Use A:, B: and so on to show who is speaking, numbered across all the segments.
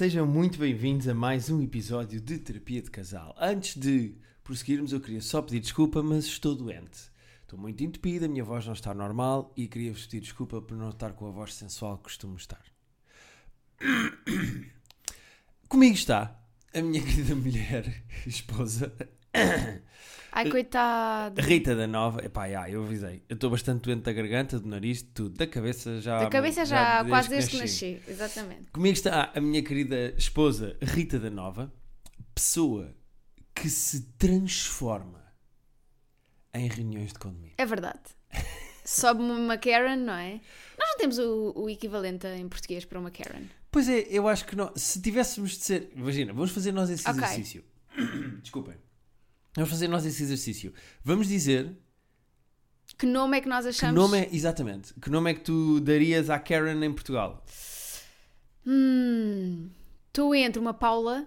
A: Sejam muito bem-vindos a mais um episódio de Terapia de Casal. Antes de prosseguirmos, eu queria só pedir desculpa, mas estou doente. Estou muito entupido, a minha voz não está normal e queria-vos pedir desculpa por não estar com a voz sensual que costumo estar. Comigo está a minha querida mulher, esposa...
B: Ai, coitada.
A: Rita da Nova. Epá, eu avisei. Eu estou bastante doente da garganta, do nariz, de tudo. Da cabeça já...
B: Da cabeça já quase desde que nasci. Exatamente.
A: Comigo está a minha querida esposa, Rita da Nova. Pessoa que se transforma em reuniões de condomínio.
B: É verdade. Sobe-me uma Karen, não é? Nós não temos o equivalente em português para uma Karen.
A: Pois é, eu acho que não. Se tivéssemos de ser... Imagina, vamos fazer nós esse exercício. Desculpem. Vamos fazer nós esse exercício. Vamos dizer...
B: Que nome é que nós achamos?
A: Que nome é, exatamente. Que nome é que tu darias à Karen em Portugal?
B: Estou entre uma Paula...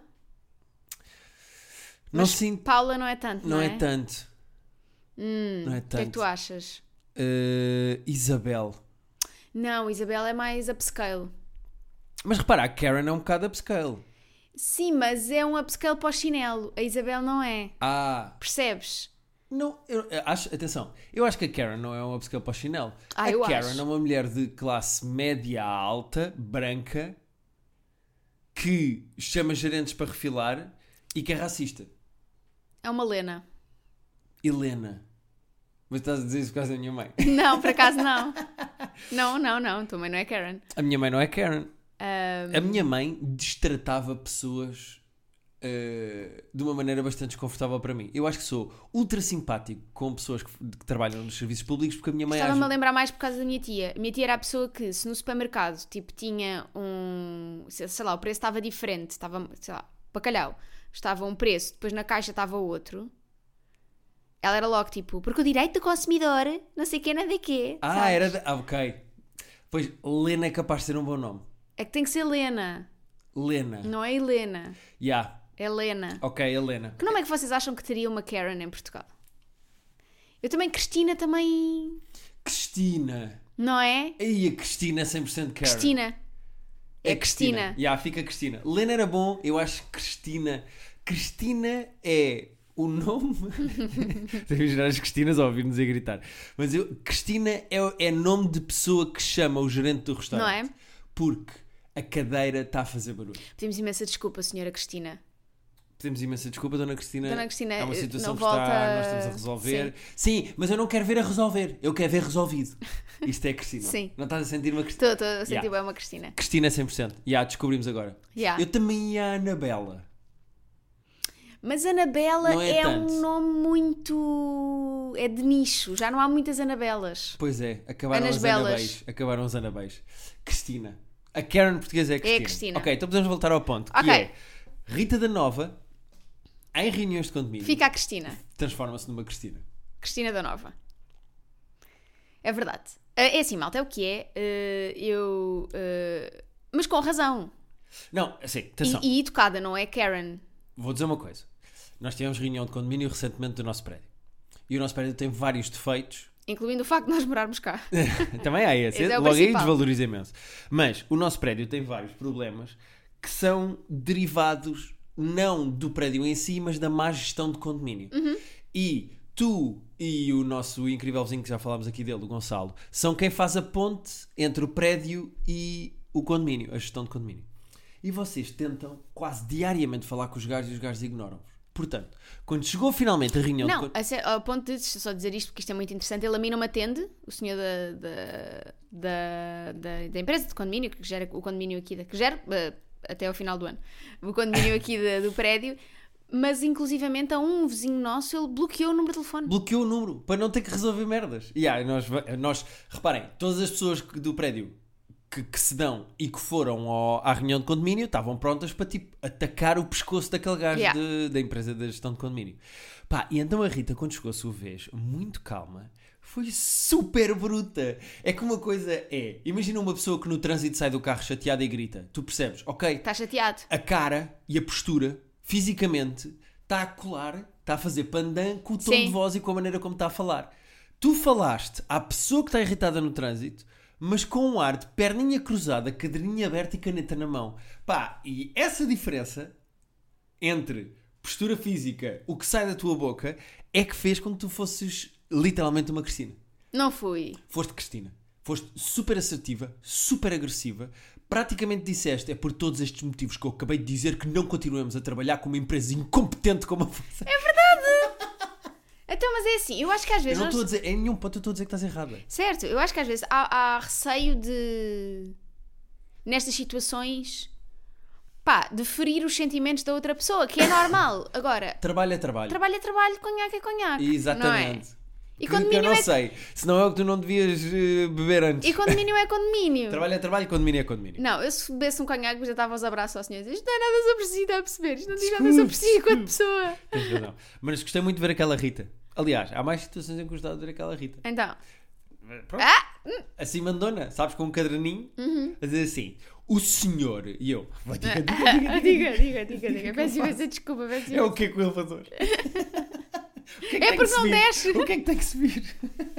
A: Não sinto...
B: Paula não é tanto, não é?
A: Não é tanto. Não é tanto.
B: O que é que tu achas?
A: Isabel.
B: Não, Isabel é mais upscale.
A: Mas repara, a Karen é um bocado upscale.
B: Sim, mas é um upscale para o chinelo. A Isabel não é. Percebes?
A: Não, eu acho que a Karen não é um upscale para o chinelo. A
B: eu
A: Karen
B: acho.
A: é uma mulher de classe média alta, branca, que chama gerentes para refilar e que é racista.
B: É uma Lena.
A: Helena. Mas estás a dizer isso por causa da minha mãe?
B: Não, por acaso não. Não. Tua mãe não é Karen.
A: A minha mãe não é Karen. A minha mãe destratava pessoas de uma maneira bastante desconfortável para mim. Eu acho que sou ultra simpático com pessoas que trabalham nos serviços públicos porque a minha mãe...
B: Estava-me a lembrar mais por causa da minha tia. A minha tia era a pessoa que, se no supermercado, tipo, tinha sei lá, o preço estava diferente, estava, sei lá, bacalhau, estava um preço, depois na caixa estava outro... Ela era logo tipo, porque o direito do consumidor, não sei o que, nada de quê.
A: Sabes? Ok. Pois, Lena é capaz de ser um bom nome.
B: É que tem que ser Lena.
A: Lena.
B: Não é Helena. É Lena.
A: Ok, Helena.
B: Que nome é que vocês acham que teria uma Karen em Portugal? Eu também, Cristina também...
A: Cristina.
B: Não é?
A: Aí a Cristina é 100% Karen.
B: Cristina. É Cristina.
A: Fica Cristina. Lena era bom, eu acho que Cristina... Cristina é... O nome... Estou a imaginar as Cristinas a ouvir-nos a gritar. Mas Cristina é nome de pessoa que chama o gerente do restaurante.
B: Não é?
A: Porque a cadeira está a fazer barulho.
B: Pedimos imensa desculpa, senhora Cristina.
A: Pedimos imensa desculpa, Dona Cristina.
B: Dona Cristina,
A: é uma situação
B: não
A: que
B: volta...
A: nós estamos a resolver. Sim, mas eu não quero ver a resolver. Eu quero ver resolvido. Isto é Cristina.
B: Sim.
A: Não estás a sentir uma Cristina?
B: Estou a sentir bem uma Cristina.
A: Cristina 100%. Descobrimos agora. Eu também ia a Anabela.
B: Mas Anabela é
A: tanto.
B: um nome muito... É de nicho. Já não há muitas Anabelas.
A: Pois é. Acabaram os Anabéis. Cristina. A Karen portuguesa é Cristina.
B: É Cristina.
A: Ok, então podemos voltar ao ponto. Que é Rita da Nova, em reuniões de condomínio...
B: Fica a Cristina.
A: Transforma-se numa Cristina.
B: Cristina da Nova. É verdade. É assim, malta, é o que é. Mas com razão.
A: Não, assim, atenção.
B: E educada, não é Karen?
A: Vou dizer uma coisa. Nós tivemos reunião de condomínio recentemente do nosso prédio. E o nosso prédio tem vários defeitos.
B: Incluindo o facto de nós morarmos cá.
A: Também há esse.
B: É
A: logo aí desvaloriza imenso. Mas o nosso prédio tem vários problemas que são derivados não do prédio em si, mas da má gestão de condomínio. E tu e o nosso incrível vizinho, que já falámos aqui dele, o Gonçalo, são quem faz a ponte entre o prédio e o condomínio, a gestão de condomínio. E vocês tentam quase diariamente falar com os gajos e os gajos ignoram-vos. Portanto, quando chegou finalmente a reunião...
B: Não, ao ponto de só dizer isto porque isto é muito interessante, ele a mim não me atende, o senhor da empresa de condomínio, que gera o condomínio aqui, que gera até ao final do ano, o condomínio aqui do prédio, mas inclusivamente a um vizinho nosso ele bloqueou o número de telefone.
A: Bloqueou o número, para não ter que resolver merdas. E nós, reparem, todas as pessoas do prédio... Que se dão e que foram à reunião de condomínio estavam prontas para tipo atacar o pescoço daquele gajo da empresa da gestão de condomínio. E então a Rita, quando chegou a sua vez, muito calma, foi super bruta. É que uma coisa é, imagina uma pessoa que no trânsito sai do carro chateada e grita, tu percebes, ok,
B: está chateado,
A: a cara e a postura fisicamente está a colar, está a fazer pandan com o tom de voz e com a maneira como está a falar. Tu falaste à pessoa que está irritada no trânsito mas com um ar de perninha cruzada, cadeirinha aberta e caneta na mão. Pá, e essa diferença entre postura física, o que sai da tua boca, é que fez com que tu fosses literalmente uma Cristina.
B: Não fui.
A: Foste Cristina. Foste super assertiva, super agressiva. Praticamente disseste, é por todos estes motivos que eu acabei de dizer que não continuemos a trabalhar com uma empresa incompetente como a vossa.
B: É verdade! Então, mas é assim, eu acho que às vezes...
A: Eu não estou a dizer, em nenhum ponto eu estou a dizer que estás errada.
B: Certo, eu acho que às vezes há receio de... Nestas situações... Pá, de ferir os sentimentos da outra pessoa, que é normal. Agora...
A: Trabalho é trabalho.
B: Trabalho é trabalho, conhaque é conhaque.
A: Exatamente.
B: Não é? E
A: Que eu
B: condomínio
A: não
B: é...
A: sei. Se não é o que tu não devias beber antes.
B: E condomínio é condomínio.
A: Trabalho é trabalho, condomínio é condomínio.
B: Não, eu se bebesse um conhaque já estava aos abraços ao senhor. Isto não é nada sobre si, está a perceber? Isto não diz nada sobre si enquanto pessoa.
A: Tens razão. Mas gostei muito de ver aquela Rita. Aliás, há mais situações em que gostava de ver aquela Rita.
B: Então.
A: Pronto. Assim mandona, sabes, com um caderninho, a dizer assim, o senhor e eu.
B: Diga. Peço imensa desculpa.
A: É o que é com o elevador?
B: É porque não desce.
A: O que é que tem que subir?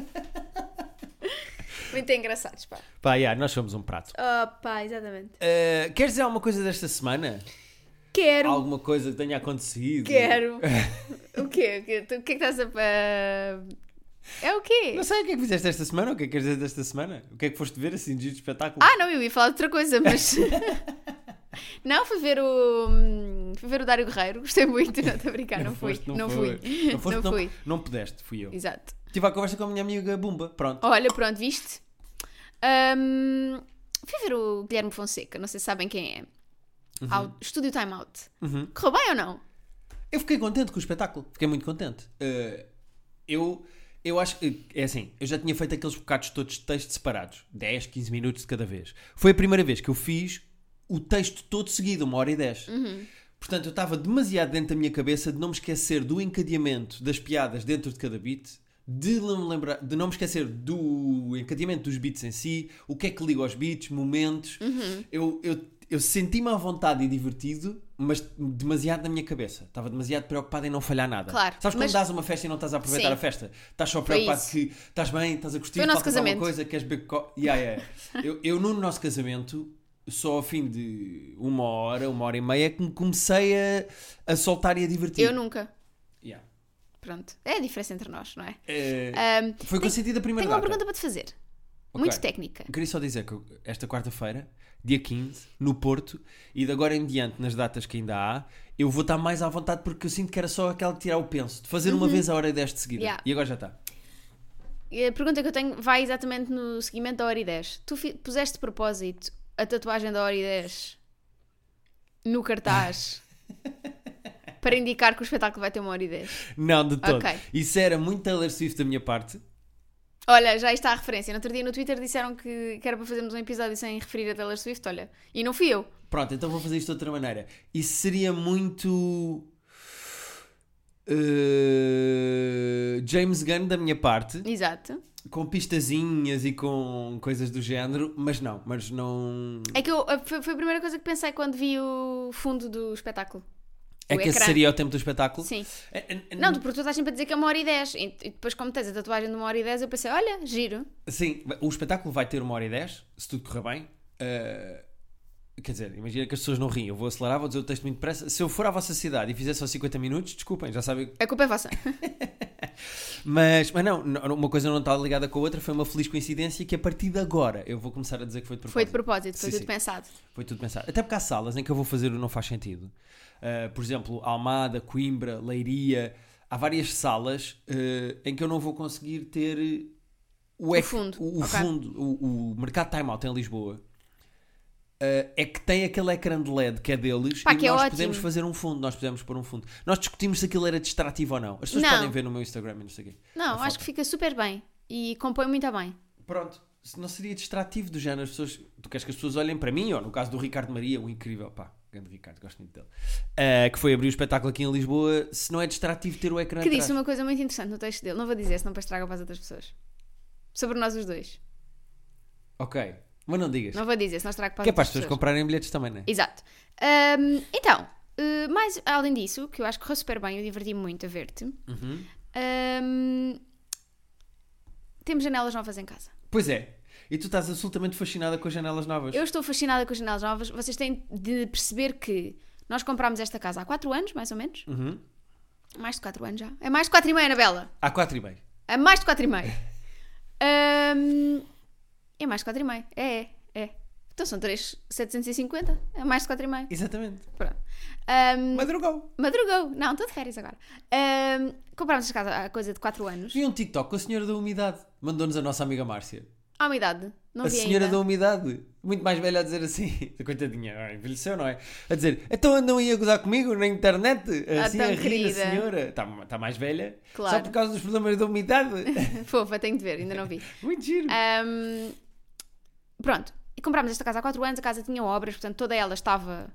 B: Muito engraçados, pá.
A: Pá, nós somos um prato.
B: Oh, pá, exatamente.
A: Queres dizer alguma coisa desta semana?
B: Quero.
A: Alguma coisa que tenha acontecido?
B: Quero. O quê? O que é que estás a... É o quê?
A: Não sei o que é que fizeste esta semana. O que é que queres dizer desta semana? O que é que foste ver assim de espetáculo?
B: Ah, não, eu ia falar de outra coisa, mas... Não, fui ver o Dário Guerreiro. Gostei muito. Não, estou a brincar. Não fui.
A: Não pudeste, fui eu.
B: Exato.
A: Estive à conversa com a minha amiga Bumba. Pronto.
B: Olha, pronto, viste? Fui ver o Guilherme Fonseca. Não sei se sabem quem é. Estúdio Time Out. Correu bem ou não?
A: Eu fiquei contente com o espetáculo. Fiquei muito contente. Eu acho que, é assim, eu já tinha feito aqueles bocados todos de texto separados. 10, 15 minutos de cada vez. Foi a primeira vez que eu fiz o texto todo seguido, 1h10. Portanto, eu estava demasiado dentro da minha cabeça de não me esquecer do encadeamento das piadas dentro de cada beat, de não me esquecer do encadeamento dos beats em si, o que é que liga aos beats, momentos. Eu senti-me à vontade e divertido, mas demasiado na minha cabeça. Estava demasiado preocupado em não falhar nada.
B: Claro,
A: sabes quando dás uma festa e não estás a aproveitar a festa? Estás só preocupado que estás bem, estás a curtir, falta alguma coisa, queres beber eu no nosso casamento, só ao fim de 1h e meia, que me comecei a soltar e a divertir.
B: Eu nunca. Pronto. É a diferença entre nós, não é?
A: Foi com o sentido da primeira data.
B: Tenho uma pergunta para te fazer. Muito técnica.
A: Eu queria só dizer que esta quarta-feira, dia 15, no Porto, e de agora em diante, nas datas que ainda há, eu vou estar mais à vontade porque eu sinto que era só aquela de tirar o penso, de fazer uma vez a hora e 10 de seguida. E agora já está.
B: A pergunta que eu tenho vai exatamente no seguimento da hora e 10. Tu puseste de propósito a tatuagem da hora e 10 no cartaz para indicar que o espetáculo vai ter 1h10?
A: Não, de todo.
B: Okay.
A: Isso era muito Taylor Swift da minha parte.
B: Olha, já está a referência. No outro dia no Twitter disseram que era para fazermos um episódio sem referir a Taylor Swift, olha. E não fui eu.
A: Pronto, então vou fazer isto de outra maneira. Isso seria muito... James Gunn da minha parte.
B: Exato.
A: Com pistazinhas e com coisas do género, mas não.
B: É que foi a primeira coisa que pensei quando vi o fundo do espetáculo.
A: É que esse seria o tempo do espetáculo?
B: Sim. Não, porque tu estás sempre a dizer que é 1h10 e depois como tens a tatuagem de 1h10 eu pensei, olha, giro.
A: Sim, o espetáculo vai ter 1h10, se tudo correr bem. Quer dizer, imagina que as pessoas não riem, eu vou acelerar, vou dizer o texto muito depressa. Se eu for à vossa cidade e fizer só 50 minutos, desculpem, já sabem.
B: A culpa é vossa.
A: mas não, uma coisa não está ligada com a outra, foi uma feliz coincidência que a partir de agora eu vou começar a dizer que foi de propósito.
B: Foi de propósito, foi tudo pensado.
A: Foi tudo pensado. Até porque há salas em que eu vou fazer o não faz sentido. Por exemplo, Almada, Coimbra, Leiria, há várias salas em que eu não vou conseguir ter o
B: fundo.
A: O mercado Time Out em Lisboa. É que tem aquele ecrã de LED que é deles.
B: Pá,
A: e
B: que
A: nós
B: é
A: podemos fazer um fundo, nós podemos pôr um fundo. Nós discutimos se aquilo era distrativo ou não. As pessoas podem ver no meu Instagram e não sei o quê.
B: Não, acho que fica super bem e compõe muito bem.
A: Pronto, se não seria distrativo do género, as pessoas, tu queres que as pessoas olhem para mim, ou no caso do Ricardo Maria, o incrível, grande Ricardo, gosto muito dele, que foi abrir o espetáculo aqui em Lisboa, se não é distrativo ter o ecrã
B: que
A: atrás.
B: disse uma coisa muito interessante no texto dele, não vou dizer, senão para estragar para as outras pessoas, sobre nós os dois.
A: Ok, mas não digas.
B: Não vou dizer, senão estrago para as outras pessoas.
A: Que é para as pessoas comprarem bilhetes também, não é?
B: Exato. Então, mais além disso, que eu acho que correu super bem, eu diverti-me muito a ver-te, temos janelas novas em casa.
A: Pois é. E tu estás absolutamente fascinada com as janelas novas.
B: Eu estou fascinada com as janelas novas. Vocês têm de perceber que nós comprámos esta casa há 4 anos, mais ou menos.
A: Uhum.
B: Mais de 4 anos já. É mais de 4,5, Anabela.
A: Há 4,5.
B: É mais de 4,5. É mais de 4,5. É. Então são 3,750. É mais de 4,5.
A: Exatamente.
B: Pronto. Madrugou. Não, estou de férias agora. Comprámos esta casa há coisa de 4 anos.
A: Vi um TikTok com a senhora da umidade. Mandou-nos a nossa amiga Márcia.
B: Há uma idade. Não
A: A
B: vi
A: senhora
B: ainda.
A: da umidade. Muito mais velha a dizer assim. Coitadinha, envelheceu, não é? A dizer, então andam aí a gozar comigo na internet? Assim
B: tão
A: a rir
B: querida.
A: a senhora. Está mais velha.
B: Claro.
A: Só por causa dos problemas da umidade.
B: Fofa, tenho de ver, ainda não vi.
A: Muito giro.
B: Pronto. E comprámos esta casa há 4 anos. A casa tinha obras, portanto toda ela estava...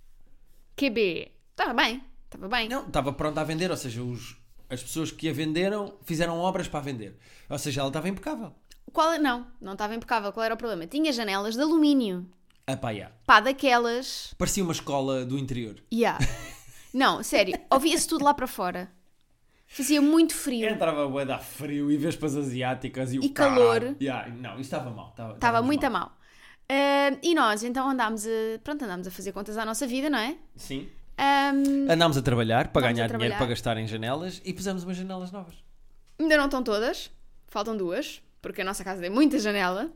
B: QB. Estava bem.
A: Não, estava pronta a vender, ou seja, as pessoas que a venderam fizeram obras para a vender. Ou seja, ela estava impecável.
B: Não estava impecável. Qual era o problema? Tinha janelas de alumínio.
A: Yeah.
B: Pá, daquelas...
A: Parecia uma escola do interior.
B: Yeah. Não, sério. Ouvia-se tudo lá para fora. Fazia muito frio.
A: Entrava bué, dá frio e vespas asiáticas e o
B: E calor.
A: caralho. Não, isto estava mal.
B: Estava muito a mal. E nós, então, andámos a fazer contas à nossa vida, não é?
A: Sim.
B: Ahm,
A: Andámos a trabalhar para
B: Andámos
A: ganhar
B: a
A: dinheiro
B: trabalhar.
A: para gastar em janelas e pusemos umas janelas novas.
B: Ainda não estão todas. Faltam 2. Porque a nossa casa tem muita janela.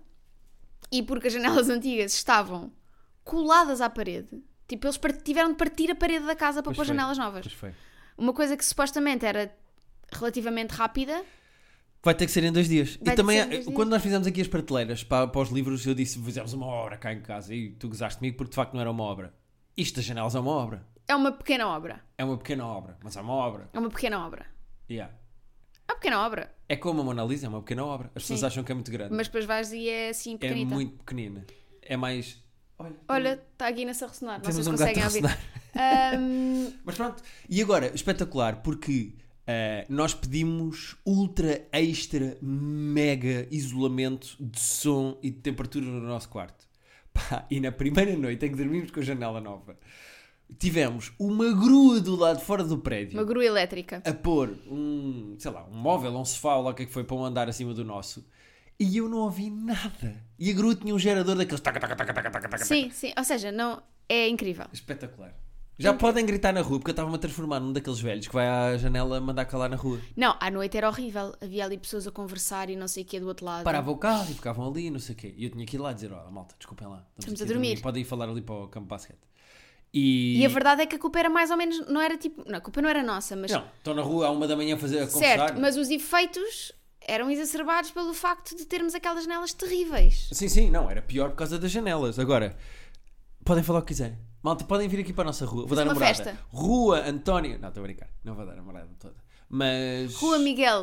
B: E porque as janelas antigas estavam coladas à parede. Tipo, eles tiveram de partir a parede da casa para
A: Pois
B: pôr
A: foi.
B: janelas novas.
A: Pois foi.
B: Uma coisa que supostamente era relativamente rápida.
A: Vai ter que ser em 2 dias.
B: Vai
A: E
B: ter
A: também,
B: que ser em 2 dias.
A: quando nós fizemos aqui as prateleiras para os livros, eu disse, fizemos uma obra cá em casa e tu gozaste comigo porque de facto não era uma obra. Isto das janelas é uma obra.
B: É uma pequena obra.
A: É uma pequena obra, mas é uma obra.
B: É uma pequena obra.
A: Yeah.
B: É uma pequena obra.
A: É como a Mona Lisa, é uma pequena obra. As pessoas
B: Sim.
A: acham que é muito grande.
B: Mas depois vais e é assim
A: É
B: pequenita.
A: muito pequenina. É mais...
B: Olha, está a Guinness a ressonar. Não sei
A: temos
B: se
A: um gato
B: conseguem
A: a
B: ouvir.
A: ressonar. Mas pronto. E agora, espetacular, porque nós pedimos ultra, extra, mega isolamento de som e de temperatura no nosso quarto. Pá, e na primeira noite em que dormimos com a janela nova, tivemos uma grua do lado de fora do prédio
B: Uma grua elétrica.
A: a pôr um móvel, um sofá, ou lá o que é que foi, para um andar acima do nosso. E eu não ouvi nada. E a grua tinha um gerador daqueles... taca, taca, taca, taca, taca, taca.
B: Sim. Ou seja, não... É incrível.
A: Espetacular. Já podem gritar na rua, porque eu estava-me a transformar num daqueles velhos que vai à janela mandar calar na rua.
B: Não, à noite era horrível. Havia ali pessoas a conversar e não sei o que do outro lado.
A: Parava o carro e ficavam ali, não sei o quê. E eu tinha que ir lá dizer, malta, desculpem lá.
B: Estamos
A: aqui
B: a dormir.
A: Podem ir falar ali para o campo de basquete.
B: E a verdade é que a culpa era mais ou menos... Não era tipo... Não, a culpa não era nossa, mas...
A: Não, estão na rua à 1 da manhã a conversar.
B: Certo, mas os efeitos eram exacerbados pelo facto de termos aquelas janelas terríveis.
A: Sim, não, era pior por causa das janelas. Agora, podem falar o que quiserem. Malta, podem vir aqui para a nossa rua. Vou dar a
B: uma
A: morada.
B: festa.
A: Rua António. Não, estou a brincar. Não vou dar a morada toda. Mas...
B: Rua Miguel.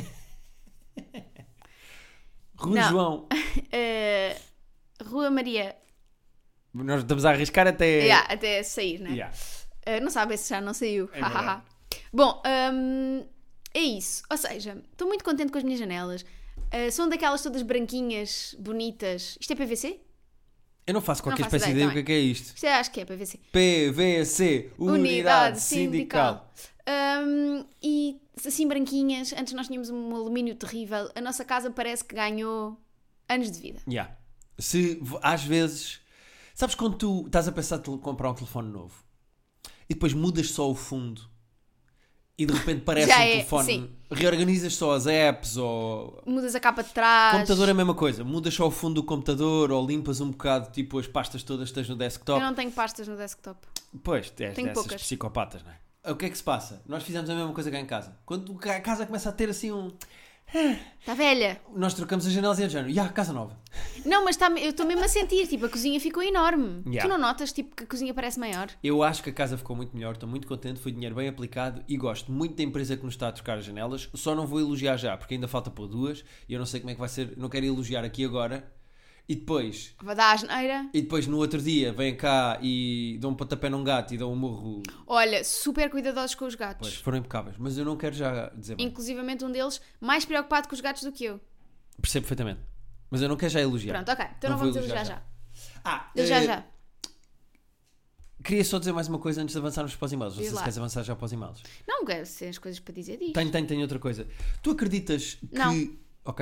A: Rua
B: Não.
A: João.
B: Rua Maria.
A: Nós estamos a arriscar até...
B: Yeah, até sair, né?
A: Yeah.
B: Não sabe se já não saiu.
A: É verdade.
B: Bom, é isso. Ou seja, estou muito contente com as minhas janelas. São daquelas todas branquinhas, bonitas. Isto é PVC?
A: Eu não faço qualquer
B: faço
A: espécie de
B: ideia
A: ideia do que é isto.
B: Isto acho que é PVC.
A: PVC, Unidade Sindical.
B: E assim branquinhas, antes nós tínhamos um alumínio terrível. A nossa casa parece que ganhou anos de vida.
A: Yeah. Se às vezes... Sabes quando tu estás a pensar em comprar um telefone novo e depois mudas só o fundo e de repente parece
B: Já
A: um
B: é,
A: telefone...
B: sim.
A: Reorganizas só as apps ou...
B: Mudas a capa de trás.
A: Computador é a mesma coisa. Mudas só o fundo do computador ou limpas um bocado, tipo as pastas todas que tens no desktop.
B: Eu não tenho pastas no desktop.
A: Pois, és
B: Tenho
A: dessas
B: poucas.
A: psicopatas, não é? O que é que se passa? Nós fizemos a mesma coisa cá em casa. Quando a casa começa a ter assim um...
B: Está velha.
A: Nós trocamos as janelas e a género. Casa nova.
B: Não, mas eu estou mesmo a sentir, tipo, a cozinha ficou enorme.
A: Yeah.
B: Tu não notas, tipo, que a cozinha parece maior?
A: Eu acho que a casa ficou muito melhor, estou muito contente, foi dinheiro bem aplicado e gosto muito da empresa que nos está a trocar as janelas. Só não vou elogiar já, porque ainda falta pôr 2 e eu não sei como é que vai ser, não quero elogiar aqui agora. E depois
B: Vai dar a asneira.
A: no outro dia vêm cá e dão um pontapé num gato e dão um murro.
B: Olha, super cuidadosos com os gatos.
A: Pois, foram impecáveis, mas eu não quero já dizer bem.
B: Inclusivamente um deles mais preocupado com os gatos do que eu.
A: Percebo perfeitamente. Mas eu não quero já elogiar.
B: Pronto, ok. Então não
A: vou
B: vamos elogiar já.
A: já.
B: Já.
A: Queria só dizer mais uma coisa antes de avançarmos para os e-mails. Não sei
B: Diz
A: se
B: lá.
A: queres avançar já para os e-mails.
B: Não, quero ser as coisas para dizer disto.
A: Tenho outra coisa. Tu acreditas que...
B: Não.
A: Ok.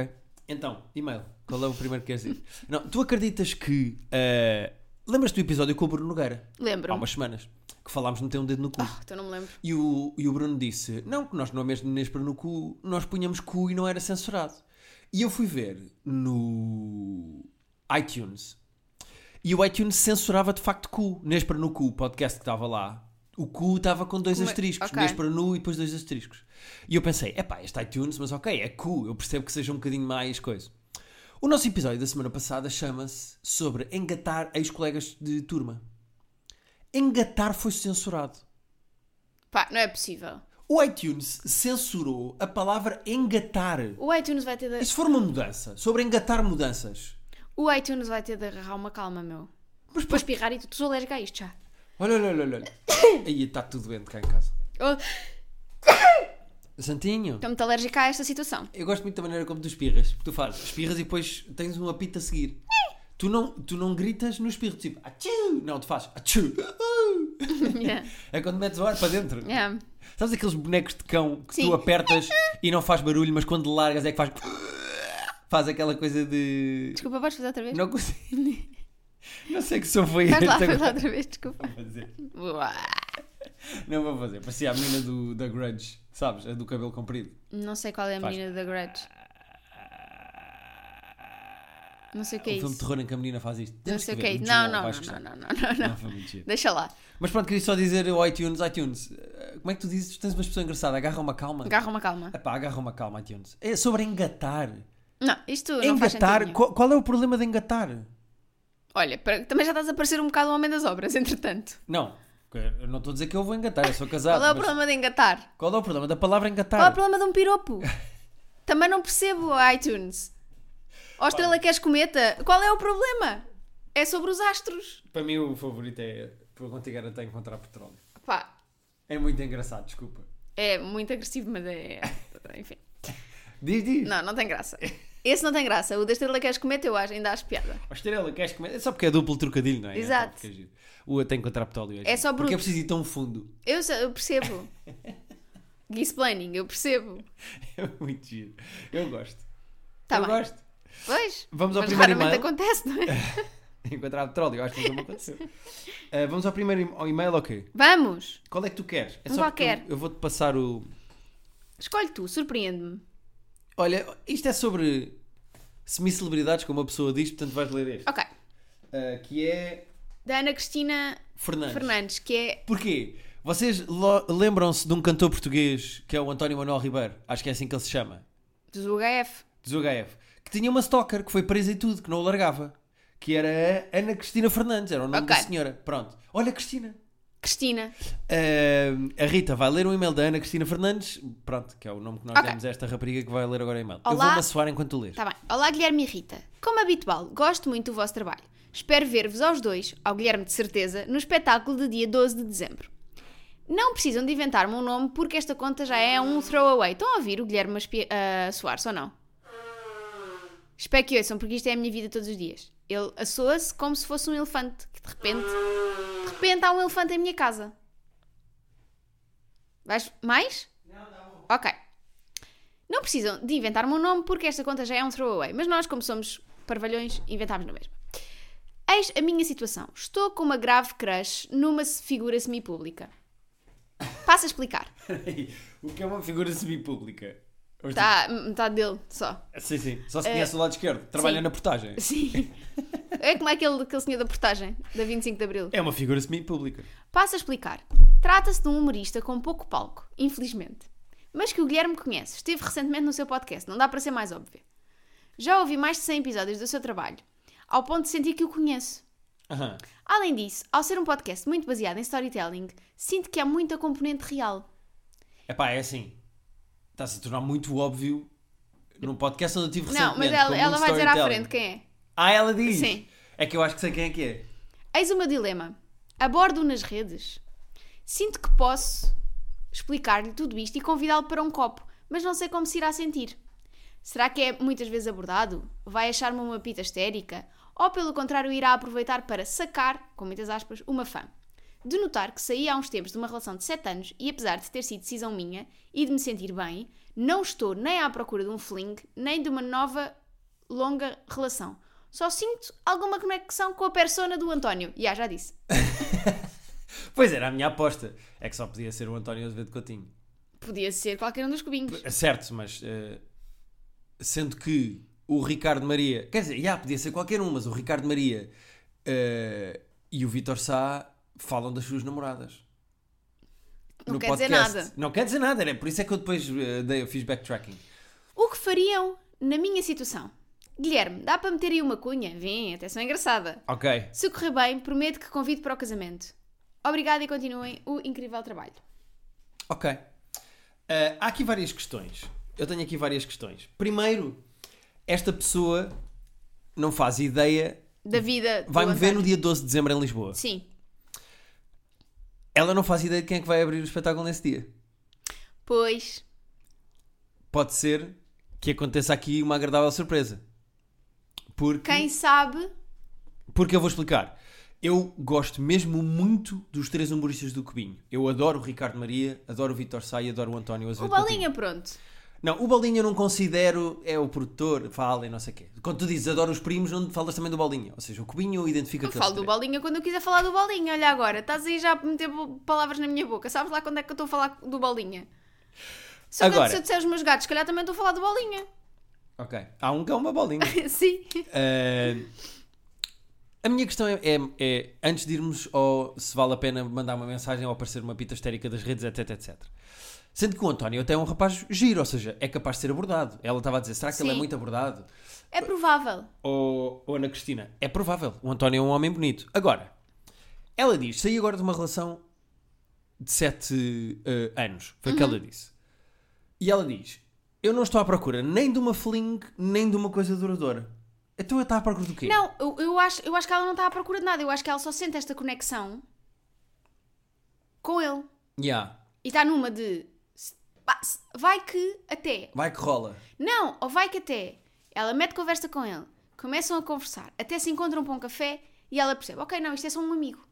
A: Então, e-mail. Qual é o primeiro que queres dizer? Não, tu acreditas que... lembras-te do episódio com o Bruno Nogueira?
B: Lembro.
A: Há umas semanas. Que falámos de meter um dedo no cu.
B: Então não me lembro.
A: E o Bruno disse, não, que nós no mês de Nespera no cu, nós punhamos cu e não era censurado. E eu fui ver no iTunes. E o iTunes censurava de facto cu. Nespera no cu, o podcast que estava lá. O cu estava com 2 asteriscos.
B: Ok.
A: Nespera no e depois 2 asteriscos. E eu pensei, este iTunes, mas ok, é cu. Eu percebo que seja um bocadinho mais coisa. O nosso episódio da semana passada chama-se sobre engatar ex-colegas de turma. Engatar foi censurado.
B: Pá, não é possível.
A: O iTunes censurou a palavra engatar.
B: O iTunes vai ter de...
A: E se for uma mudança? Sobre engatar mudanças?
B: O iTunes vai ter de agarrar uma calma, meu.
A: Mas
B: Depois espirrar e tu sou alérgica a isto já.
A: Olha. Aí está tudo doente cá em casa.
B: Oh,
A: Santinho,
B: estou muito alérgica a esta situação.
A: eu gosto muito da maneira como tu espirras. Porque tu fazes espirras e depois tens um apito a seguir. Tu não gritas no espirro, tipo, atchu! Não, tu fazes atchu!
B: Yeah.
A: É quando metes o ar para dentro.
B: Yeah.
A: Sabes aqueles bonecos de cão que
B: Sim.
A: tu apertas e não faz barulho, mas quando largas é que faz. Faz aquela coisa de.
B: Desculpa, podes fazer outra vez?
A: Não consigo. Não sei que som foi
B: Faz lá,
A: este
B: faz lá
A: agora.
B: outra vez, desculpa.
A: Vou fazer.
B: Uá.
A: Não vou fazer. Parecia a menina da Grudge, sabes? A do cabelo comprido.
B: Não sei qual é a
A: Faz.
B: menina da Grudge. Não sei o que é
A: Um filme de
B: isso.
A: terror em que a menina faz isto.
B: Não
A: Temos
B: sei o
A: que
B: que é
A: ver.
B: isso.
A: Um
B: Não,
A: João,
B: não,
A: vais
B: não,
A: gostar.
B: não.
A: Foi muito giro.
B: Deixa lá.
A: Mas pronto, queria só dizer o iTunes. Como é que tu dizes? Tu tens uma expressão engraçada. Agarra uma calma.
B: Agarra uma calma.
A: Epá, agarra uma calma, iTunes. É sobre engatar.
B: Não, isto não faz sentido
A: Engatar?
B: nenhum.
A: Qual é o problema de engatar?
B: Olha, também já estás a parecer um bocado o homem das obras, entretanto.
A: Não, eu não estou a dizer que eu vou engatar, eu sou casado.
B: Qual é o
A: mas
B: problema de engatar?
A: qual é o problema da palavra engatar?
B: Qual é o problema de um piropo? Também não percebo, iTunes. Ó estrela que és cometa, qual é o problema? É sobre os astros.
A: Para mim o favorito é para contigo era até encontrar petróleo.
B: Pá,
A: É muito engraçado, desculpa.
B: é muito agressivo, mas é... Enfim.
A: Diz.
B: Não tem graça. Esse não tem graça. O da estrela que és cometa eu ainda acho piada.
A: A estrela, queres comer? É só porque é duplo trocadilho, não é?
B: Exato.
A: É porque é giro. O até encontrar petróleo.
B: É só
A: Porque
B: bruto.
A: é preciso ir tão fundo.
B: Eu percebo. Geesplaining, eu percebo.
A: É muito giro. Eu gosto.
B: Tá
A: eu
B: bem.
A: gosto.
B: Pois,
A: Vamos ao
B: mas
A: primeiro
B: raramente
A: e-mail.
B: acontece, não é?
A: Encontrar petróleo, eu acho que nunca me aconteceu. Vamos ao primeiro ao e-mail, ok?
B: Vamos!
A: Qual é que tu queres? É
B: Um
A: só porque
B: qualquer.
A: eu vou-te passar o...
B: Escolhe tu, surpreende-me.
A: Olha, isto é sobre semi-celebridades, como a pessoa diz, portanto vais ler este.
B: Ok.
A: Que é
B: Da Ana Cristina
A: Fernandes.
B: que é...
A: Porquê? Vocês lembram-se de um cantor português que é o António Manuel Ribeiro? Acho que é assim que ele se chama.
B: dos UHF.
A: Dos UHF. Que tinha uma stalker, que foi presa e tudo, que não o largava. Que era a Ana Cristina Fernandes, era o nome
B: Ok.
A: da senhora. Pronto. Olha, Cristina.
B: Cristina.
A: A Rita vai ler um e-mail da Ana Cristina Fernandes. Pronto, que é o nome que nós
B: Ok.
A: demos a esta rapariga que vai ler agora o e-mail. Eu
B: Olá.
A: vou-me assoar enquanto tu lês.
B: Tá bem. Olá, Guilherme e Rita. Como habitual, gosto muito do vosso trabalho. Espero ver-vos aos dois, ao Guilherme de certeza, no espetáculo de dia 12 de dezembro. Não precisam de inventar-me um nome porque esta conta já é um throwaway. Estão a ouvir o Guilherme a soar-se ou não? Espero que ouçam, porque isto é a minha vida todos os dias. Ele assoa-se como se fosse um elefante, que de repente há um elefante em minha casa. Vais mais? Não, tá bom. Ok. Não precisam de inventar-me um nome porque esta conta já é um throwaway, mas nós, como somos parvalhões, inventámos na mesma. Eis a minha situação. Estou com uma grave crush numa figura semipública. Passo a explicar.
A: O que é uma figura semi-pública?
B: Está metade dele, só.
A: Sim. Só se conhece o lado esquerdo. Trabalha
B: sim.
A: na portagem.
B: Sim. É como aquele senhor da portagem, da 25 de Abril.
A: É uma figura semi-pública.
B: Passo a explicar. Trata-se de um humorista com pouco palco, infelizmente. Mas que o Guilherme conhece. Esteve recentemente no seu podcast. Não dá para ser mais óbvio. Já ouvi mais de 100 episódios do seu trabalho, ao ponto de sentir que o conheço.
A: Aham.
B: Além disso, ao ser um podcast muito baseado em storytelling, sinto que há muita componente real.
A: Epá, é assim. Está-se a tornar muito óbvio num podcast onde eu tive
B: Não, mas
A: recentemente. com
B: ela
A: muito
B: vai dizer à
A: storytelling.
B: frente quem é.
A: Ah, ela diz?
B: Sim.
A: É que eu acho que sei quem é que é.
B: Eis o meu dilema. Abordo-o nas redes. Sinto que posso explicar-lhe tudo isto e convidá-lo para um copo, mas não sei como se irá sentir. Será que é muitas vezes abordado? Vai achar-me uma pita histérica? Ou pelo contrário irá aproveitar para sacar, com muitas aspas, uma fã? De notar que saí há uns tempos de uma relação de 7 anos e apesar de ter sido decisão minha e de me sentir bem, não estou nem à procura de um fling, nem de uma nova longa relação. Só sinto alguma conexão com a persona do António. Já disse.
A: Pois era a minha aposta. É que só podia ser o António Azevedo Coutinho.
B: Podia ser qualquer um dos cubinhos.
A: Certo, mas sendo que o Ricardo Maria... Quer dizer, podia ser qualquer um, mas o Ricardo Maria e o Vítor Sá falam das suas namoradas.
B: Não quer dizer nada.
A: Não quer dizer nada, né? Por isso é que eu depois fiz backtracking.
B: O que fariam na minha situação? Guilherme, dá para meter aí uma cunha? Vem, até sou engraçada.
A: Ok.
B: Se correr bem, prometo que convido para o casamento. Obrigada e continuem o incrível trabalho.
A: Ok. Há aqui várias questões. Eu tenho aqui várias questões. Primeiro, esta pessoa não faz ideia...
B: Da vida do
A: Vai-me ver
B: António.
A: no dia 12 de dezembro em Lisboa.
B: Sim.
A: Ela não faz ideia de quem é que vai abrir o espetáculo nesse dia.
B: Pois.
A: Pode ser que aconteça aqui uma agradável surpresa.
B: Quem sabe...
A: Porque eu vou explicar. Eu gosto mesmo muito dos três humoristas do Cubinho. Eu adoro o Ricardo Maria, adoro o Vítor Sá e adoro o António
B: O
A: Azevedo
B: Balinha,
A: Coutinho.
B: pronto.
A: Não, o Bolinha eu não considero... É o produtor, fala e não sei o quê. Quando tu dizes adoro os primos, não falas também do Bolinha. Ou seja, o Cubinho eu identifico
B: Eu
A: aqueles
B: falo do
A: três.
B: Bolinha quando eu quiser falar do Bolinha. Olha agora, estás aí já a meter palavras na minha boca. Sabes lá quando é que eu estou a falar do Bolinha? Se
A: Agora-
B: eu disser os meus gatos, se calhar também estou a falar do Bolinha.
A: Ok. Há um que é uma Bolinha.
B: Sim.
A: A minha questão é, antes de irmos ao se vale a pena mandar uma mensagem ou aparecer uma pita histérica das redes, etc. Sendo que o António até é um rapaz giro, ou seja, é capaz de ser abordado. Ela estava a dizer, será que ele é
B: Sim.
A: muito abordado?
B: É provável.
A: Ou Ana Cristina? É provável. O António é um homem bonito. Agora, ela diz, saí agora de uma relação de 7 anos. Foi o que ela disse. E ela diz, eu não estou à procura nem de uma fling, nem de uma coisa duradoura. Então eu estava à procura do quê?
B: Não, eu acho que ela não está à procura de nada. Eu acho que ela só sente esta conexão com ele.
A: Yeah.
B: E está numa de... Vai que até...
A: Vai que rola.
B: Não, ou vai que até... Ela mete conversa com ele. Começam a conversar. Até se encontram para um café e ela percebe. Ok, não, isto é só um amigo.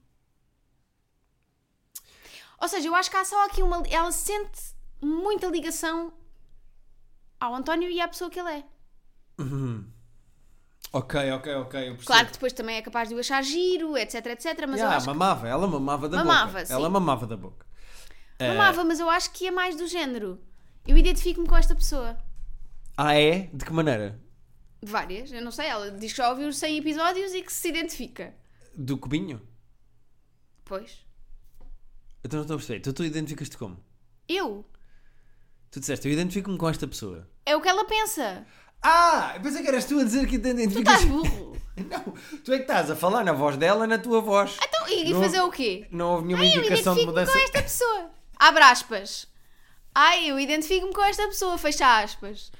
B: Ou seja, eu acho que há só aqui uma... Ela sente muita ligação ao António e à pessoa que ele é.
A: Ok, eu percebo.
B: Claro que depois também é capaz de o achar giro, etc. Mas eu acho
A: mamava, ela mamava da
B: Mamava,
A: boca.
B: sim.
A: Ela mamava da boca.
B: que mamava, mas eu acho que é mais do género. Eu identifico-me com esta pessoa.
A: Ah, é? De que maneira?
B: Várias, eu não sei. Ela diz que já ouviu os 100 episódios e que se identifica.
A: Do Cubinho?
B: Pois.
A: Então não estou a perceber. Então tu identificas-te como?
B: Eu?
A: Tu disseste, eu identifico-me com esta pessoa.
B: É o que ela pensa.
A: Ah, eu pensei que eras tu a dizer que te
B: Tu
A: identificas.
B: estás burro.
A: Não, tu é que estás a falar na voz dela, na tua voz.
B: Então, e
A: Não
B: fazer
A: houve-
B: o quê?
A: Não houve nenhuma
B: Eu
A: indicação de
B: identifico-me
A: mudança.
B: com esta pessoa. Abre aspas. Eu identifico-me com esta pessoa. Fecha aspas.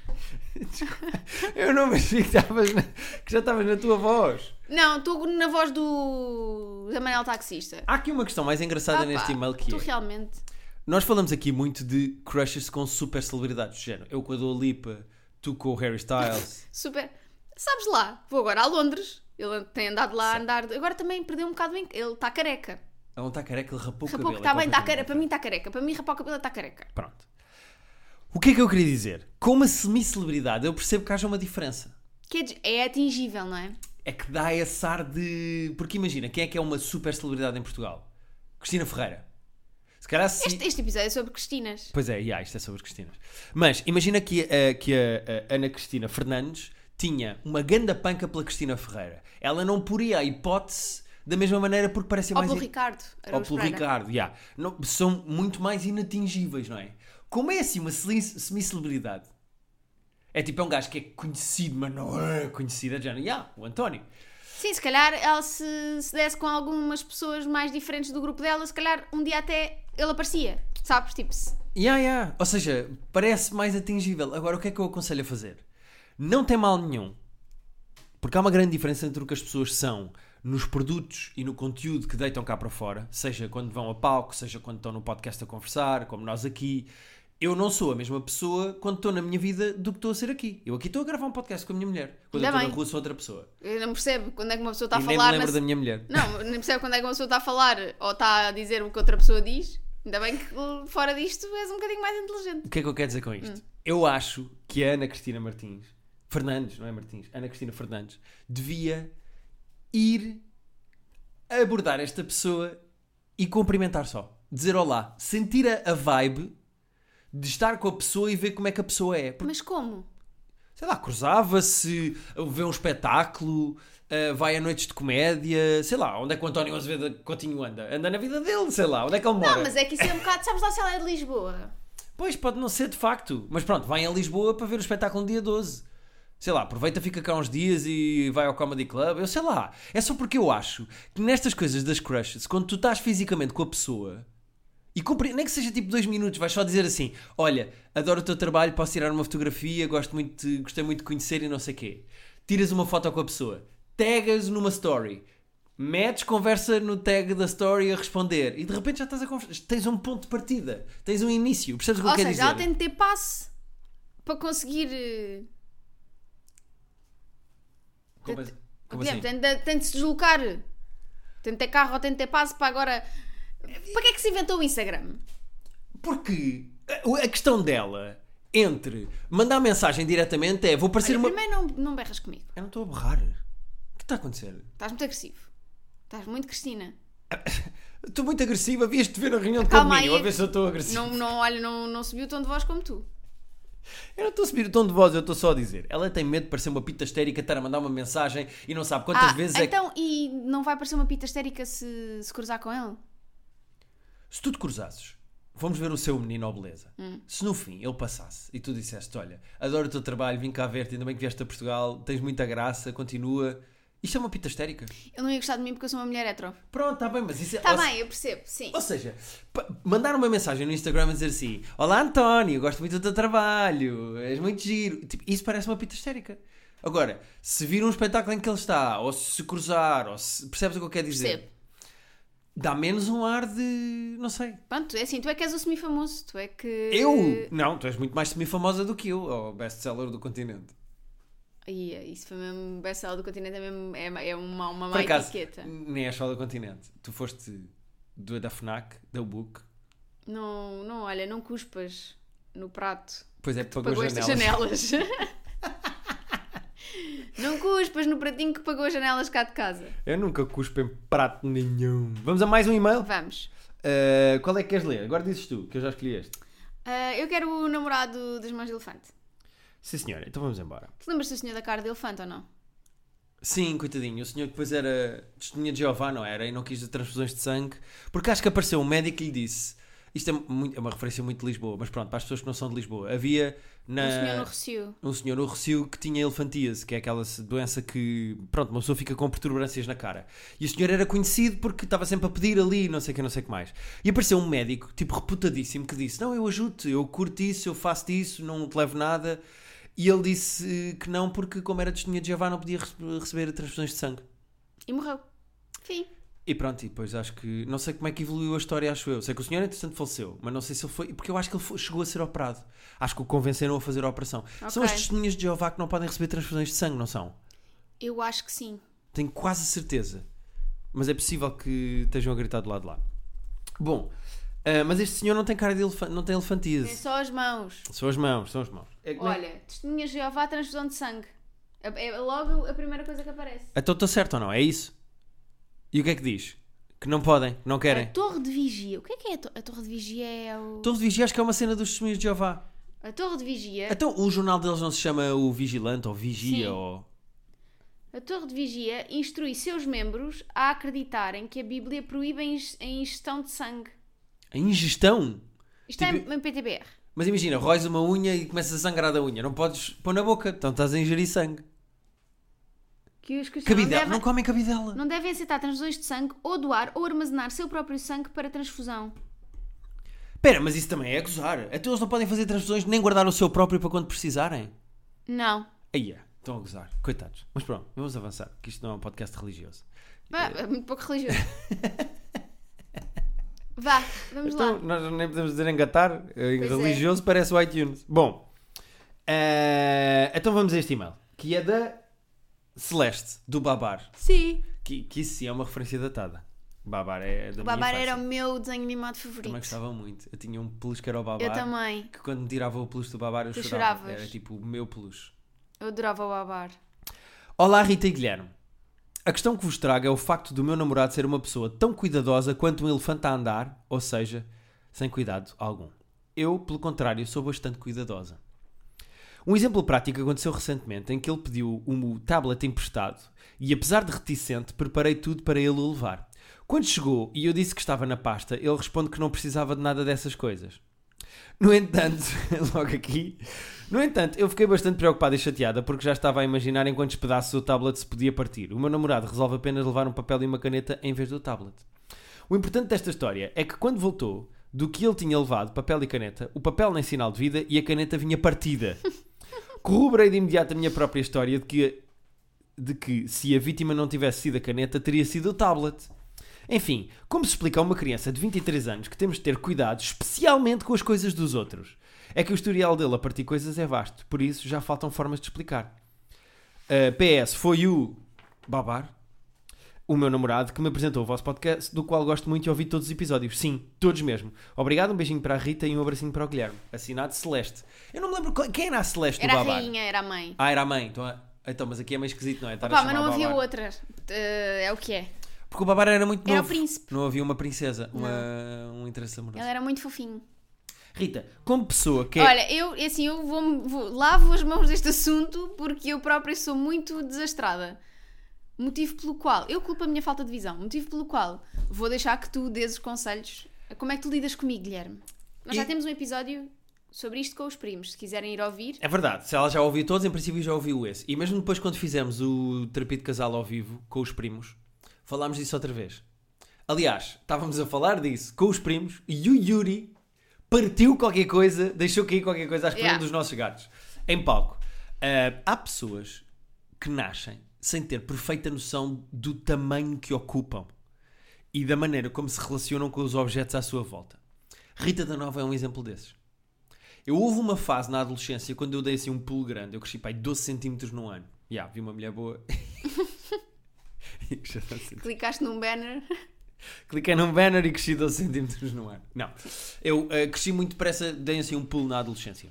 A: Eu não percebi que já estavas na tua voz.
B: Não, estou na voz da Manel Taxista.
A: Há aqui uma questão mais engraçada neste e-mail que
B: tu
A: é...
B: realmente...
A: Nós falamos aqui muito de crushes com super celebridades do género. Eu com a Dua Lipa, tu com o Harry Styles.
B: Super... Sabes lá, vou agora a Londres. Ele tem andado lá a andar... Agora também perdeu um bocado... Ele está careca.
A: Ele não está careca, ele rapou o
B: Rapou
A: cabelo.
B: que está bem, está
A: completamente
B: careca. Para mim está careca. Para mim rapar o cabelo está careca.
A: Pronto. O que é que eu queria dizer? Com uma semi-celebridade eu percebo que haja uma diferença.
B: É atingível, não é?
A: É que dá esse ar de... Porque imagina, quem é uma super celebridade em Portugal? Cristina Ferreira. Se calhar se...
B: Este episódio é sobre Cristinas.
A: Pois é, isto é sobre Cristinas. Mas imagina que a Ana Cristina Fernandes tinha uma ganda panca pela Cristina Ferreira. Ela não poria a hipótese da mesma maneira porque parece
B: Ou
A: mais...
B: pelo Ricardo.
A: Ou pelo Ricardo, não, são muito mais inatingíveis, não é? Como é assim uma semi-celebridade? É tipo, é um gajo que é conhecido, mas não é conhecido. Já, o António.
B: Sim, se calhar ela se desse com algumas pessoas mais diferentes do grupo dela, se calhar um dia até ele aparecia. Sabes? Tipo,
A: Ou seja, parece mais atingível. Agora, o que é que eu aconselho a fazer? Não tem mal nenhum. Porque há uma grande diferença entre o que as pessoas são nos produtos e no conteúdo que deitam cá para fora, seja quando vão a palco, seja quando estão no podcast a conversar, como nós aqui. Eu não sou a mesma pessoa quando estou na minha vida do que estou a ser aqui. Eu aqui estou a gravar um podcast com a minha mulher. Quando
B: Ainda
A: eu estou
B: bem.
A: na rua sou outra pessoa.
B: eu não percebo quando é que uma pessoa está a
A: E nem
B: falar.
A: me lembro da minha mulher.
B: Não, nem percebo quando é que uma pessoa está a falar ou está a dizer o que outra pessoa diz. Ainda bem que fora disto és um bocadinho mais inteligente.
A: O que é que eu quero dizer com isto? Eu acho que a Ana Cristina Martins Fernandes, não é Martins, Ana Cristina Fernandes, devia ir abordar esta pessoa e cumprimentar só. Dizer olá. Sentir a vibe de estar com a pessoa e ver como é que a pessoa é. Porque,
B: Mas como?
A: sei lá, cruzava-se, vê um espetáculo, vai a noites de comédia, sei lá, onde é que o António Azevedo Coutinho anda? Anda na vida dele, sei lá, onde é que ele mora?
B: Não, mas é que isso é um bocado... Sabes lá se ela é de Lisboa?
A: Pois, pode não ser de facto. Mas pronto, vai a Lisboa para ver o espetáculo no dia 12. Sei lá, aproveita, fica cá uns dias e vai ao Comedy Club. Eu sei lá. É só porque eu acho que nestas coisas das crushes, quando tu estás fisicamente com a pessoa e nem que seja tipo 2 minutos, vais só dizer assim: olha, adoro o teu trabalho, posso tirar uma fotografia, gostei muito de conhecer e não sei o quê. Tiras uma foto com a pessoa, tagas numa story, metes conversa no tag da story a responder e de repente já estás a conversar. Tens um ponto de partida, tens um início. Percebes o que eu
B: Ou
A: quero
B: seja,
A: dizer?
B: ela tem de ter passe para conseguir...
A: Como assim? Como
B: Por
A: assim?
B: exemplo, tem de se deslocar. Tem de ter carro ou tem de ter passe para agora... Para que é que se inventou o Instagram?
A: Porque a questão dela entre mandar mensagem diretamente é: vou parecer
B: Olha,
A: uma.
B: primeiro não berras comigo.
A: Eu não estou a berrar. O que está a acontecer?
B: Estás muito agressivo. Estás muito Cristina.
A: Estou muito agressiva. Vieste-te ver na reunião de
B: Calma
A: condomínio
B: aí.
A: a ver se eu estou agressivo.
B: Não subiu o tom de voz como tu.
A: Eu não estou a subir o tom de voz, eu estou só a dizer. Ela tem medo de parecer uma pita histérica, estar a mandar uma mensagem e não sabe quantas vezes é que.
B: Então, e não vai parecer uma pita histérica se cruzar com ele?
A: Se tu te cruzasses, vamos ver o seu menino ou beleza. Se no fim ele passasse e tu disseste: olha, adoro o teu trabalho, vim cá ver-te, ainda bem que vieste a Portugal, tens muita graça, continua. Isto é uma pita histérica?
B: Ele não ia gostar de mim porque eu sou uma mulher hetero.
A: Pronto, está bem, mas isso é.
B: Está bem, eu percebo, sim.
A: Ou seja, mandar uma mensagem no Instagram a dizer assim: olá António, gosto muito do teu trabalho, és muito giro. Tipo, isso parece uma pita histérica. Agora, se vir um espetáculo em que ele está, ou se cruzar, ou se. Percebes o que eu quero dizer?
B: Percebo.
A: Dá menos um ar de. Não sei.
B: Pronto, é assim, tu é que és o semi-famoso, tu é que...
A: Eu? Não, tu és muito mais semi-famosa do que eu, ou best-seller do continente.
B: Isso foi mesmo best-seller do continente, é mesmo é uma má
A: Por acaso,
B: etiqueta.
A: nem és só do continente. Tu foste da FNAC, da Book.
B: Não, olha, não cuspas no prato.
A: Pois é,
B: Pagou
A: pagou
B: estas
A: janelas.
B: janelas. Não cuspas no pratinho que pagou as janelas cá de casa.
A: Eu nunca cuspo em prato nenhum. Vamos a mais um e-mail?
B: Vamos.
A: Qual é que queres ler? Agora dizes tu, que eu já escolhi este.
B: Eu quero o namorado das mãos de elefante.
A: Sim, senhora. Então vamos embora.
B: Tu lembras do senhor da cara de elefante ou não?
A: Sim, coitadinho. O senhor que depois era testemunha de Jeová, não era? E não quis de transfusões de sangue. Porque acho que apareceu um médico que lhe disse... Isto é uma referência muito de Lisboa, mas pronto, para as pessoas que não são de Lisboa. Havia
B: Um senhor no Recio
A: que tinha elefantíase, que é aquela doença que, pronto, uma pessoa fica com protuberâncias na cara. E o senhor era conhecido porque estava sempre a pedir ali, não sei o que mais. E apareceu um médico, tipo, reputadíssimo, que disse: não, eu ajudo-te, eu curto isso, eu faço isso, não te levo nada. E ele disse que não, porque como era testemunha de Jeová não podia receber transfusões de sangue.
B: E morreu. Fim.
A: E pronto, e depois acho que... Não sei como é que evoluiu a história, acho eu. Sei que o senhor, entretanto, faleceu. Mas não sei se ele foi... Porque eu acho que ele chegou a ser operado. Acho que o convenceram a fazer a operação.
B: Okay.
A: São as testemunhas de Jeová que não podem receber transfusões de sangue, não são?
B: Eu acho que sim.
A: Tenho quase certeza. Mas é possível que estejam a gritar do lado de lá. Bom, mas este senhor não tem cara de elefante, não tem elefantíase.
B: É só as mãos.
A: São as mãos.
B: Olha, testemunha de Jeová, transfusão de sangue. É logo a primeira coisa que aparece.
A: Então estou certo ou não? É isso? E o que é que diz? Que não podem, que não querem.
B: A Torre de Vigia. O que é a Torre de Vigia? É o...
A: Torre de Vigia acho que é uma cena dos testemunhos de Jeová.
B: A Torre de Vigia...
A: Então o jornal deles não se chama o Vigilante ou Vigia?
B: Sim.
A: Ou...
B: A Torre de Vigia instrui seus membros a acreditarem que a Bíblia proíbe a ingestão de sangue.
A: A ingestão?
B: Isto
A: Tipo...
B: é em PTBR.
A: Mas imagina, róis uma unha e começas a sangrar da unha. Não podes pôr na boca, então estás a ingerir sangue.
B: Que os cristãos
A: Não comem cabidela.
B: não devem aceitar transfusões de sangue ou doar ou armazenar seu próprio sangue para transfusão.
A: Espera, mas isso também é gozar. Até eles não podem fazer transfusões nem guardar o seu próprio para quando precisarem.
B: Não.
A: Aí estão a gozar. Coitados. Mas pronto, vamos avançar, que isto não é um podcast religioso.
B: É muito pouco religioso. Vá, vamos
A: Então,
B: lá.
A: nós nem podemos dizer engatar. Em
B: Pois
A: religioso parece o iTunes. Bom, então vamos a este e-mail, que é da Celeste, do Babar.
B: Sim.
A: Que isso sim é uma referência datada. Babar é da
B: O Babar
A: minha
B: era
A: infância.
B: o meu desenho animado favorito.
A: Também gostava muito. Eu tinha um peluche que era o Babar.
B: Eu também.
A: Que quando me tirava o peluche do Babar eu
B: Tu
A: chorava.
B: choravas.
A: Era tipo o meu peluche.
B: Eu adorava o babar.
A: Olá, Rita e Guilherme. A questão que vos trago é o facto do meu namorado ser uma pessoa tão cuidadosa quanto um elefante a andar, ou seja, sem cuidado algum. Eu, pelo contrário, sou bastante cuidadosa. Um exemplo prático aconteceu recentemente em que ele pediu um tablet emprestado e, apesar de reticente, preparei tudo para ele o levar. Quando chegou e eu disse que estava na pasta, ele responde que não precisava de nada dessas coisas. No entanto, eu fiquei bastante preocupada e chateada porque já estava a imaginar em quantos pedaços o tablet se podia partir. O meu namorado resolve apenas levar um papel e uma caneta em vez do tablet. O importante desta história é que quando voltou, do que ele tinha levado, papel e caneta, o papel nem sinal de vida e a caneta vinha partida. Corroborei de imediato a minha própria história de que se a vítima não tivesse sido a caneta, teria sido o tablet. Enfim, como se explica a uma criança de 23 anos que temos de ter cuidado, especialmente com as coisas dos outros? É que o historial dele a partir coisas é vasto, por isso já faltam formas de explicar. PS, foi o Babar, o meu namorado, que me apresentou o vosso podcast, do qual gosto muito e ouvi todos os episódios. Sim, todos mesmo. Obrigado, um beijinho para a Rita e um abracinho para o Guilherme. Assinado Celeste. Eu não me lembro quem era a Celeste do Babar.
B: Era a rainha, era a mãe.
A: Ah, era a mãe. Então, mas aqui é meio esquisito, não é?
B: Opa, mas não havia outra. É o que é.
A: Porque o Babar era muito novo.
B: Era o príncipe.
A: Não havia uma princesa, um interesse amoroso.
B: Ele era muito fofinho.
A: Rita, como pessoa que
B: Olha, eu lavo as mãos deste assunto porque eu própria sou muito desastrada. Motivo pelo qual, eu culpo a minha falta de visão, motivo pelo qual vou deixar que tu dês os conselhos. Como é que tu lidas comigo, Guilherme? Nós já temos um episódio sobre isto com os primos, se quiserem ir ouvir.
A: É verdade, se ela já ouviu todos, em princípio já ouviu esse. E mesmo depois quando fizemos o terapia de casal ao vivo com os primos, falámos disso outra vez. Aliás, estávamos a falar disso com os primos e o Yuri partiu qualquer coisa, deixou cair qualquer coisa à espera dos nossos gatos. Em palco. Há pessoas que nascem sem ter perfeita noção do tamanho que ocupam e da maneira como se relacionam com os objetos à sua volta. Rita da Nova é um exemplo desses. Houve uma fase na adolescência quando eu dei assim um pulo grande. Eu cresci para aí 12 centímetros num ano. Vi uma mulher boa...
B: Clicaste num banner.
A: Cliquei num banner e cresci 12 centímetros no ano. Não. Eu cresci muito depressa, dei assim um pulo na adolescência.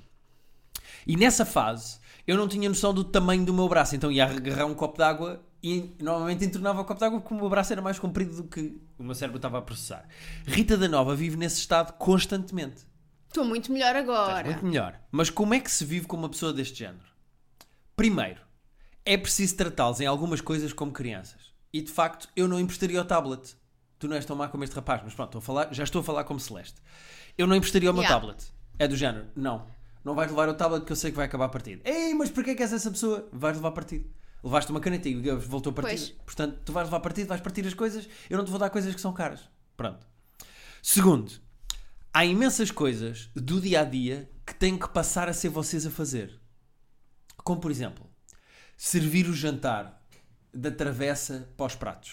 A: E nessa fase, eu não tinha noção do tamanho do meu braço. Então ia agarrar um copo de água e normalmente entornava o copo de água porque o meu braço era mais comprido do que o meu cérebro estava a processar. Rita da Nova vive nesse estado constantemente.
B: Estou muito melhor agora.
A: Estás muito melhor. Mas como é que se vive com uma pessoa deste género? Primeiro, é preciso tratá-los em algumas coisas como crianças. E de facto, eu não emprestaria o tablet. Tu não és tão má como este rapaz, mas pronto, já estou a falar como Celeste. Eu não emprestaria o meu tablet. É do género, não vais levar o tablet que eu sei que vai acabar a partida. Ei, mas porquê que és essa pessoa? Vais levar a partida. Levaste uma caneta e voltou a partida. Pois. Portanto, tu vais levar a partida, vais partir as coisas, eu não te vou dar coisas que são caras. Pronto. Segundo, há imensas coisas do dia-a-dia que têm que passar a ser vocês a fazer. Como, por exemplo, servir o jantar da travessa para os pratos.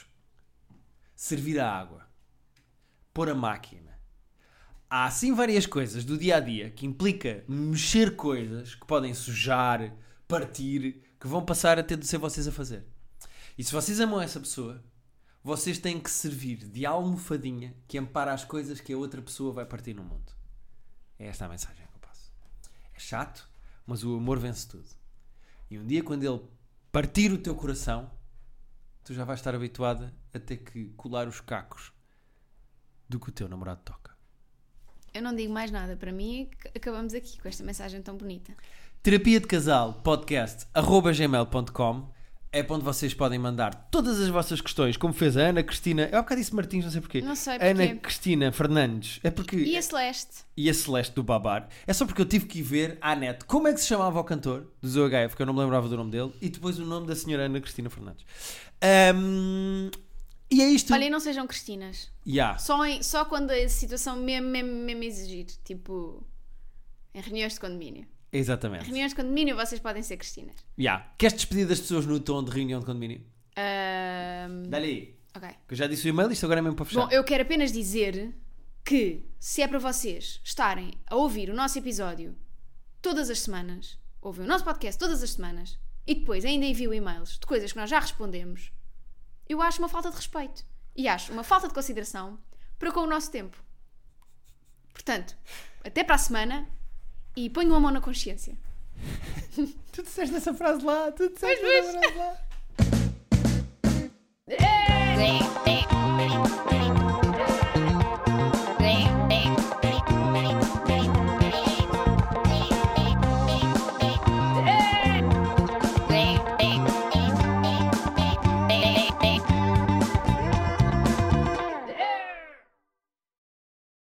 A: Servir a água. Pôr a máquina. Há assim várias coisas do dia-a-dia que implica mexer coisas que podem sujar, partir, que vão passar a ter de ser vocês a fazer. E se vocês amam essa pessoa, vocês têm que servir de almofadinha que ampara as coisas que a outra pessoa vai partir no mundo. É esta a mensagem que eu passo. É chato, mas o amor vence tudo. E um dia quando ele partir o teu coração, tu já vais estar habituada a ter que colar os cacos do que o teu namorado toca.
B: Eu não digo mais nada. Para mim, acabamos aqui com esta mensagem tão bonita.
A: Terapia de Casal podcast@gmail.com é para onde vocês podem mandar todas as vossas questões, como fez a Ana Cristina. Eu há bocado disse Martins, não sei porquê.
B: Não sei porquê.
A: Ana Cristina Fernandes. É porque...
B: E a Celeste.
A: E a Celeste do Babar. É só porque eu tive que ir ver à net como é que se chamava o cantor do ZOHF, porque eu não me lembrava do nome dele, e depois o nome da senhora Ana Cristina Fernandes. E é isto.
B: Olha, e não sejam Cristinas. Só quando a situação mesmo exigir. Tipo, em reuniões de condomínio.
A: Exatamente.
B: Em reuniões de condomínio vocês podem ser Cristinas.
A: Queres despedir das pessoas no tom de reunião de condomínio? Dá-lhe aí.
B: Ok.
A: Que eu já disse o e-mail, isto agora é mesmo para fechar.
B: Bom, eu quero apenas dizer que se é para vocês estarem a ouvir o nosso episódio todas as semanas, ouvem o nosso podcast todas as semanas e depois ainda enviam e-mails de coisas que nós já respondemos, eu acho uma falta de respeito e acho uma falta de consideração para com o nosso tempo. Portanto, até para a semana e ponham a mão na consciência.
A: Tu disseste essa frase lá, tu disseste essa frase lá.